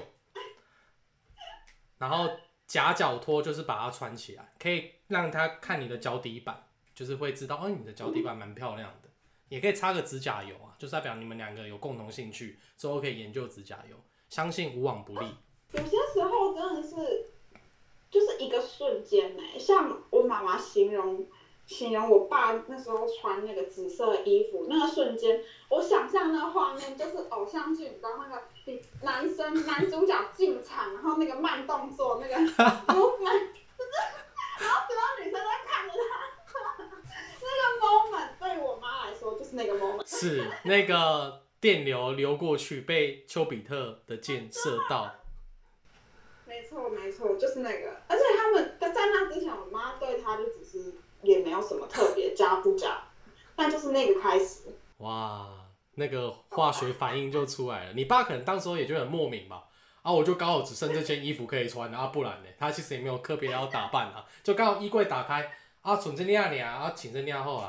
然后夹脚拖就是把它穿起来，可以让他看你的脚底板，就是会知道哦你的脚底板蛮漂亮的。也可以擦个指甲油啊，就代表你们两个有共同兴趣，之后可以研究指甲油，相信无往不利。 有些时候真的是，就是一个瞬间哎，像我妈妈形容形容我爸那时候穿那个紫色的衣服，那个瞬间，我想象那个画面就是偶像剧，你知道那个男生男主角进场，然后那个慢动作那个 movement， 就是然后所有女生在看着他，那个 moment 对我妈来说就是那个 moment， 是那个电流流过去被丘比特的箭射到。 没错没错，就是那个，而且他们在那之前，我妈对他就只是也没有什么特别加不加，但就是那个开始， 哇，那个化学反应就出来了。你爸可能当时候也就很莫名吧，啊，我就刚好只剩这件衣服可以穿啊，不然呢，他其实也没有特别要打扮啊，就刚好衣柜打开啊，存这样尔啊，请这样后啊。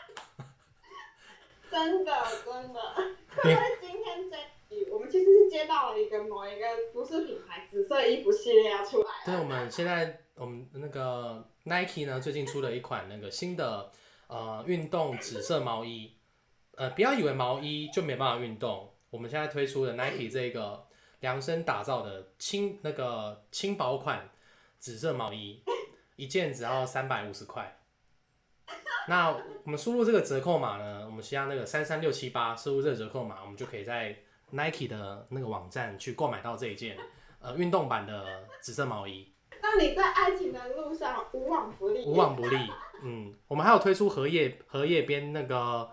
真的真的，因为今天这一集我们其实是接到了一个某一个服饰品牌紫色衣服系列要出来了。 对，我们现在我们那个 Nike 呢最近出了一款那个新的呃运动紫色毛衣，呃不要以为毛衣就没办法运动，我们现在推出的 Nike 这个量身打造的轻那个轻薄款紫色毛衣，一件只要三百五十块。那我们输入这个折扣码呢，我们需要那个三三六七八，输入这个折扣码，我们就可以在 Nike 的那个网站去购买到这一件呃运动版的紫色毛衣。 让你在爱情的路上无往不利。 无往不利，嗯，我们还有推出荷叶荷叶边那个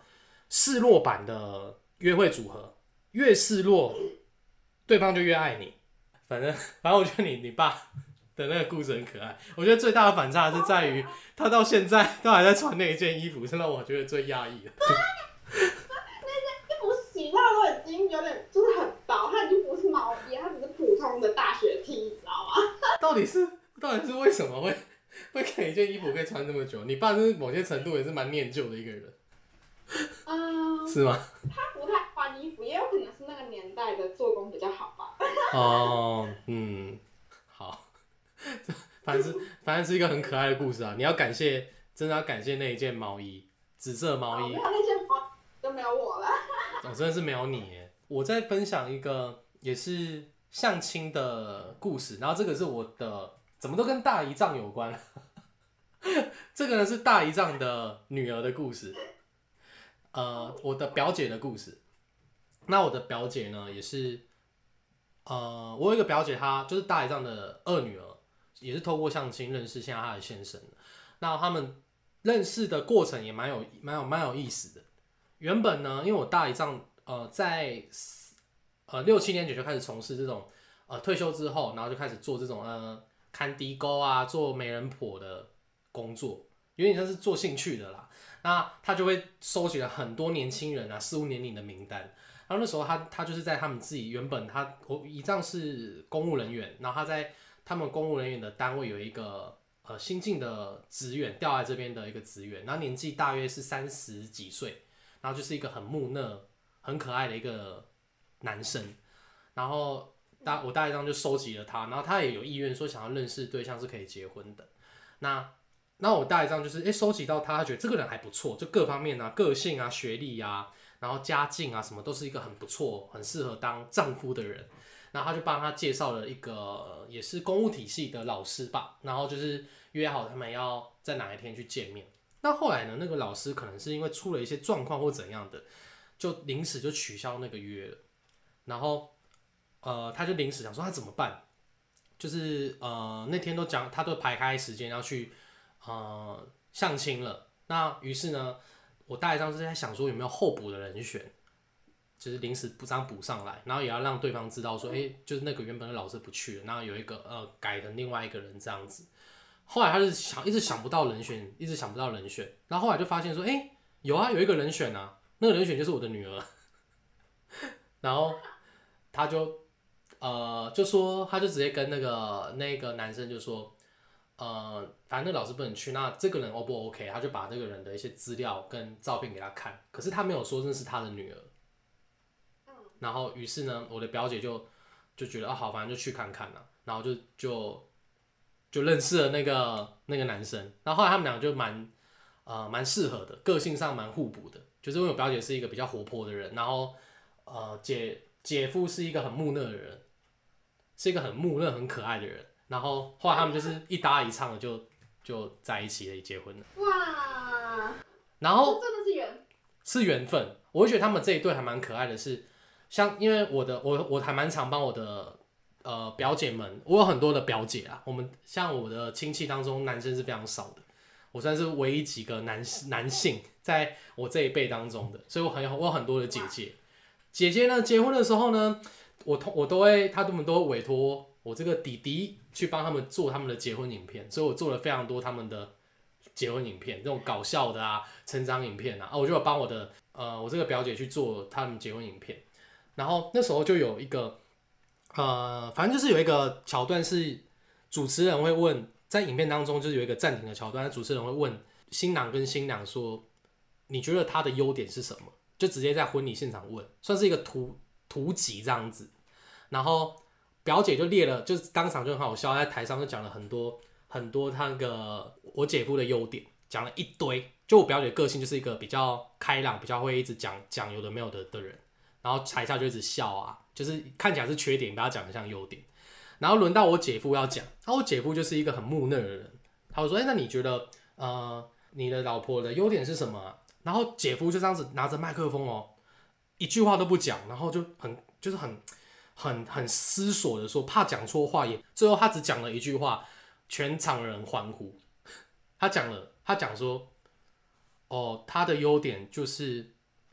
示弱版的约会组合，越示弱，对方就越爱你。反正反正我觉得你你爸的那个故事很可爱。我觉得最大的反差是在于他到现在都还在穿那一件衣服，是让我觉得最压抑的。 那件衣服洗到都已经有点就是很薄，它已经不是毛衣，它只是普通的大学 T， 你知道吗？ 到底是到底是为什么会会给一件衣服可以穿这么久？你爸是某些程度也是蛮念旧的一个人。 嗯， 是吗？ 他不太换衣服，也有可能是那个年代的做工比较好吧。 哦，嗯，好，反正是反正是一个很可爱的故事啊！你要感谢，真的要感谢那一件毛衣，紫色毛衣。 哦、没有那件毛就没有我了。 我、哦、真的是没有你耶！我在分享一个也是相亲的故事，然后这个是我的，怎么都跟大姨丈有关。这个呢是大姨丈的女儿的故事。呃，我的表姐的故事。那我的表姐呢，也是，呃，我有一个表姐，她就是大姨丈的二女儿，也是透过相亲认识现在她的先生。那他们认识的过程也蛮有、蛮有、蛮有意思的。原本呢，因为我大姨丈呃在呃六七年前就开始从事这种呃退休之后，然后就开始做这种呃看地沟啊、做媒人婆的工作，有点像是做兴趣的啦。那他就会收集了很多年轻人啊，四五年龄的名单。然后那时候他他就是在他们自己原本他我姨丈是公务人员，然后他在他们公务人员的单位有一个呃新进的职员调来这边的一个职员，然后年纪大约是三十几岁，然后就是一个很木讷、很可爱的一个男生。然后大我大姨丈就收集了他，然后他也有意愿说想要认识对象是可以结婚的。那那我大姨丈就是哎收集到他，他觉得这个人还不错，就各方面啊、个性啊、学历啊，然后家境啊什么都是一个很不错、很适合当丈夫的人。然后他就帮他介绍了一个也是公务体系的老师吧，然后就是约好他们要在哪一天去见面。那后来呢，那个老师可能是因为出了一些状况或怎样的，就临时就取消那个约了。然后呃，他就临时想说他怎么办，就是呃那天都讲他都排开时间要去。呃，相亲了，那于是呢，我大姨丈是在想说有没有候补的人选，就是临时补上补上来，然后也要让对方知道说，哎、欸，就是那个原本的老师不去了，然后有一个呃改成另外一个人这样子。后来他就想一直想不到人选，一直想不到人选，然后后来就发现说，哎、欸，有啊，有一个人选啊，那个人选就是我的女儿。然后他就呃就说，他就直接跟那个那个男生就说。呃，反正那老师不能去，那这个人 O 不 OK？ 他就把这个人的一些资料跟照片给他看，可是他没有说那是他的女儿。然后于是呢，我的表姐就就觉得啊，好，反正就去看看啦，然后就就就认识了那个那个男生。然后后来他们俩就蛮呃蛮适合的，个性上蛮互补的。就是因为我表姐是一个比较活泼的人，然后呃姐姐夫是一个很木讷的人，是一个很木讷很可爱的人。然后后来他们就是一搭一唱的就就在一起了，结婚了。 哇！ 然后这真的是缘， 是缘分。我会觉得他们这一对还蛮可爱的是，像因为我的我我还蛮常帮我的呃表姐们，我有很多的表姐啊。我们像我的亲戚当中，男生是非常少的，我算是唯一几个男男性在我这一辈当中的，所以我很有我有很多的姐姐。姐姐呢结婚的时候呢，我我都会，他们都会委托。我这个弟弟去帮他们做他们的结婚影片，所以我做了非常多他们的结婚影片，这种搞笑的啊、成长影片啊，啊我就有帮我的呃我这个表姐去做他们结婚影片。然后那时候就有一个呃，反正就是有一个桥段是主持人会问，在影片当中就是有一个暂停的桥段，主持人会问新郎跟新娘说，你觉得他的优点是什么？就直接在婚礼现场问，算是一个图图集这样子。然后表姐就列了，就是当场就很好笑，在台上就讲了很多很多他那个我姐夫的优点，讲了一堆。就我表姐个性就是一个比较开朗，比较会一直讲讲有的没有的的人，然后台下就一直笑啊，就是看起来是缺点，把他讲的像优点。然后轮到我姐夫要讲，然后我姐夫就是一个很木讷的人，他就说：“哎、欸，那你觉得呃你的老婆的优点是什么、啊？”然后姐夫就这样子拿着麦克风哦，一句话都不讲，然后就很就是很。很很思索的说，怕讲错话也，最后他只讲了一句话，全场人欢呼。他讲了，他讲说，哦，他的优点就是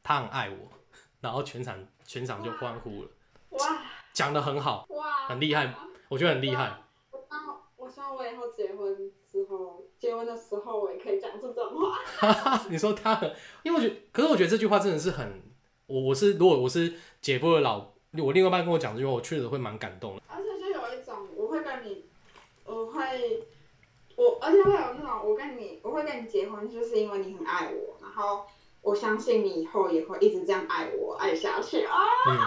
他很爱我，然后全场全场就欢呼了。 哇， 讲得很好， 哇， 很厉害，我觉得很厉害。 我希望我希望我以后结婚之后，结婚的时候我也可以讲出这种话。 你说他很，因为我觉得，可是我觉得这句话真的是很，我我是如果我是姐夫的老，我另外一半跟我讲这句话，我确实会蛮感动的。 而且就有一种，我会跟你，我会，我而且会有那种，我跟你，我会跟你结婚，就是因为你很爱我，然后我相信你以后也会一直这样爱我，爱下去啊。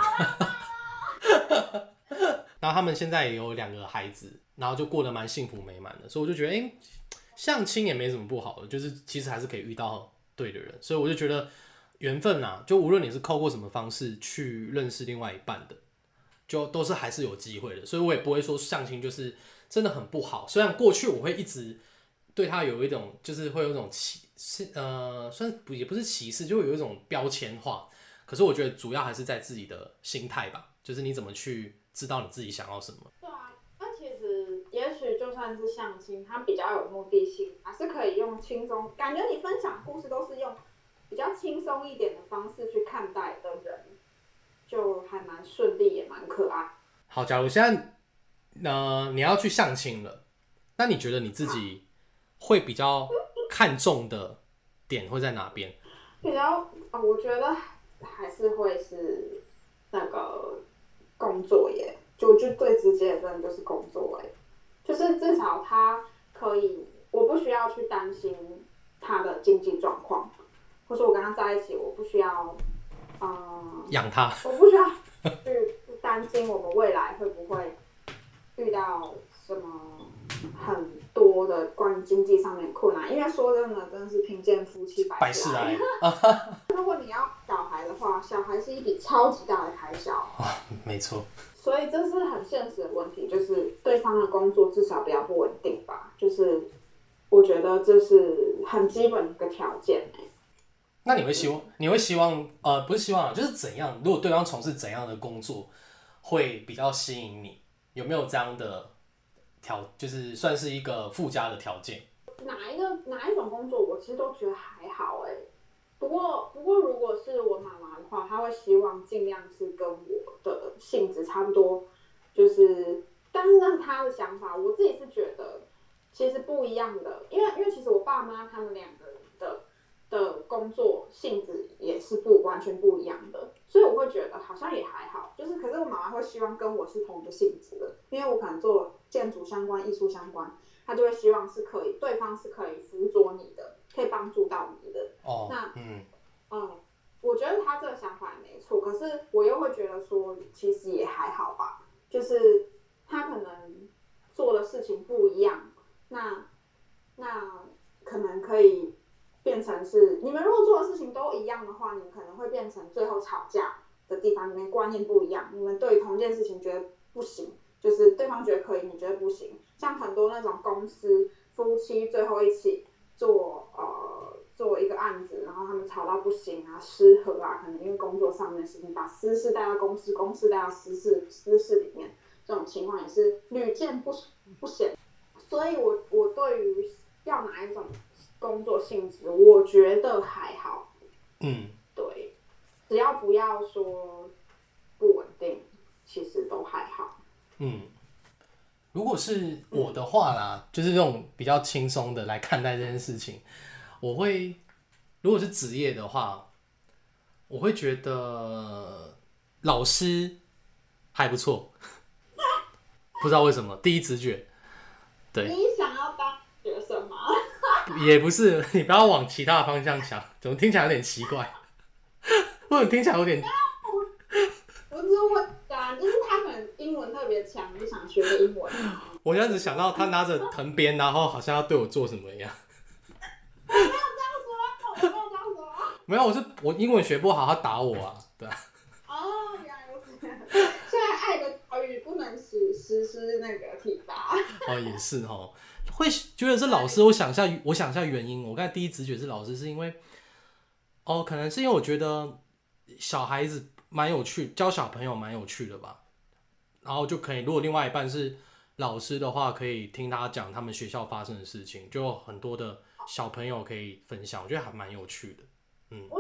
嗯然后他们现在也有两个孩子，然后就过得蛮幸福美满的，所以我就觉得，哎、欸，相亲也没什么不好的，就是其实还是可以遇到对的人，所以我就觉得缘分啊，就无论你是透过什么方式去认识另外一半的，就都是还是有机会的，所以我也不会说相亲就是真的很不好。虽然过去我会一直对他有一种，就是会有一种歧视，呃，算也不是歧视，就会有一种标签化。可是我觉得主要还是在自己的心态吧，就是你怎么去知道你自己想要什么。 对啊，那其实也许就算是相亲，它比较有目的性，还是可以用轻松，感觉你分享故事都是用比较轻松一点的方式去看待的人，就还蛮顺利，也蛮可爱。 好，假如现在呃你要去相亲了，那你觉得你自己会比较看重的点会在哪边？ 比较、哦，我觉得还是会是那个工作耶，就就最直接的真的就是工作耶，就是至少他可以，我不需要去担心他的经济状况，或者我跟他在一起，我不需要，嗯， 养他， 我不需要去担心我们未来会不会遇到什么很多的关于经济上面困难，因为说真的，真的是贫贱夫妻百事哀。如果你要小孩的话，小孩是一笔超级大的开销。 啊，没错。 所以这是很现实的问题，就是对方的工作至少不要不稳定吧，就是我觉得这是很基本的一个条件、欸、 那你会希望，你会希望，呃，不是希望，就是怎样？如果对方从事怎样的工作，会比较吸引你？有没有这样的条，就是算是一个附加的条件？ 哪一个哪一种工作，我其实都觉得还好哎、欸。不过不过，如果是我妈妈的话，她会希望尽量是跟我的性质差不多，就是但是那是她的想法，我自己是觉得其实不一样的，因为因为其实我爸妈他们两个人的的工作性质也是不完全不一样的，所以我会觉得好像也还好，就是可是我妈妈会希望跟我是同一个性质的，因为我可能做建筑相关、艺术相关，她就会希望是可以对方是可以辅佐你的，可以帮助到你的。 哦， 那嗯嗯，我觉得他这个想法也没错，可是我又会觉得说，其实也还好吧，就是他可能做的事情不一样，那那可能可以变成是你们如果做的事情都一样的话，你们可能会变成最后吵架的地方，你们观念不一样，你们对同一件事情觉得不行，就是对方觉得可以，你觉得不行，像很多那种公司夫妻最后一起做呃。做一个案子，然后他们吵到不行啊，失和啊，可能因为工作上面的事情，把私事带到公司，公司带到私事私事里面，这种情况也是屡见不不鲜。所以我我对于要哪一种工作性质，我觉得还好。 嗯， 对，只要不要说不稳定，其实都还好。 嗯，如果是我的话啦，嗯、就是这种比较轻松的来看待这件事情。我会，如果是职业的话，我会觉得老师还不错，不知道为什么，第一直觉，对。 你想要当学生吗？ 也不是，你不要往其他的方向想，怎么听起来有点奇怪？或者听起来有点…… 我只是问啊，就是他可能英文特别强，就想学个英文。 我现在只想到他拿着藤鞭，然后好像要对我做什么一样。 我没有这样说，我没有这样说。 没有，我是我英文学不好，他打我啊，对啊。 哦，原来如此。现在爱的教育不能实实施那个体罚。 哦，也是哦，会觉得是老师。我想一下，我想一下原因。我刚才第一直觉是老师，是因为哦，可能是因为我觉得小孩子蛮有趣，教小朋友蛮有趣的吧。然后就可以，如果另外一半是老师的话，可以听他讲他们学校发生的事情，就有很多的小朋友可以分享，我觉得还蛮有趣的。嗯， 我我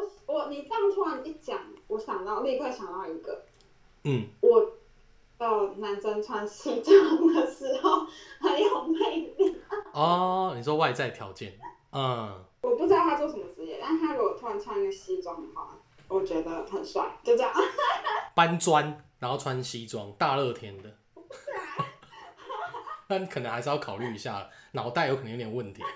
你这样突然一讲，我想到立刻想到一个， 嗯， 我的男生穿西装的时候很有魅力。 哦，你说外在条件，嗯， 我不知道他做什么职业，但他如果突然穿一个西装的话，我觉得很帅，就这样。 搬砖然后穿西装，大热天的，那你可能还是要考虑一下，脑袋有可能有点问题。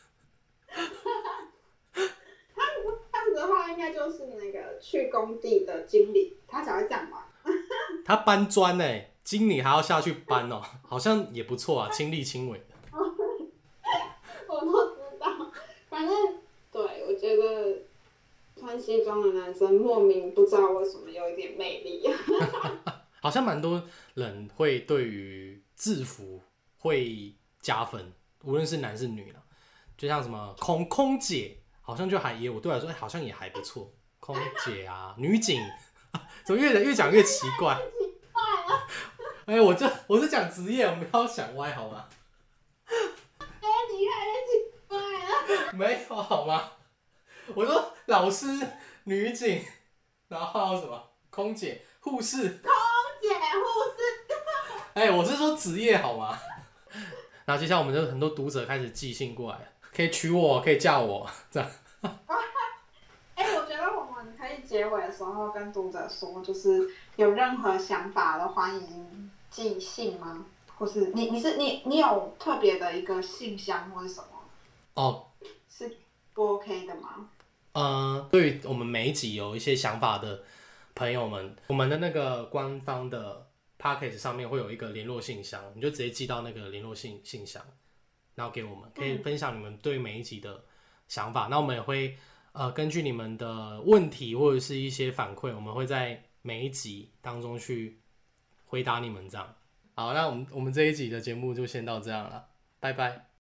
他这样子的话，应该就是那个去工地的经理，他才会这样吧？ 他搬砖呢，经理还要下去搬哦，好像也不错啊，亲力亲为的。 我都知道，反正对我觉得穿西装的男生莫名不知道为什么有一点魅力。 好像蛮多人会对于制服会加分，无论是男是女啦，就像什么空空姐，好像就还也我对我来说，欸，好像也还不错。空姐啊，女警，怎么越越讲越奇怪？哎、欸，我就我是讲职业，我们不要想歪好吗？ 哎，你越来越奇怪了。 没有好吗？我说老师、女警，然后还有什么空姐、护士。 空姐、护士。 哎、欸，我是说职业好吗？然后接下来我们就很多读者开始寄信过来，可以娶我，可以嫁我，这样。 哎、欸，我觉得我们可以结尾的时候跟读者说，就是有任何想法的欢迎寄信吗？或是你你是你你有特别的一个信箱或是什么？ 哦， 是不 OK 的吗？ 呃，对于我们每一集有一些想法的朋友们，我们的那个官方的 Podcast 上面会有一个联络信箱，你就直接寄到那个联络信信箱，然后给我们，可以分享你们对每一集的想法。那、嗯、我们也会呃根据你们的问题或者是一些反馈，我们会在每一集当中去回答你们这样。好，那我们我们这一集的节目就先到这样了，拜拜。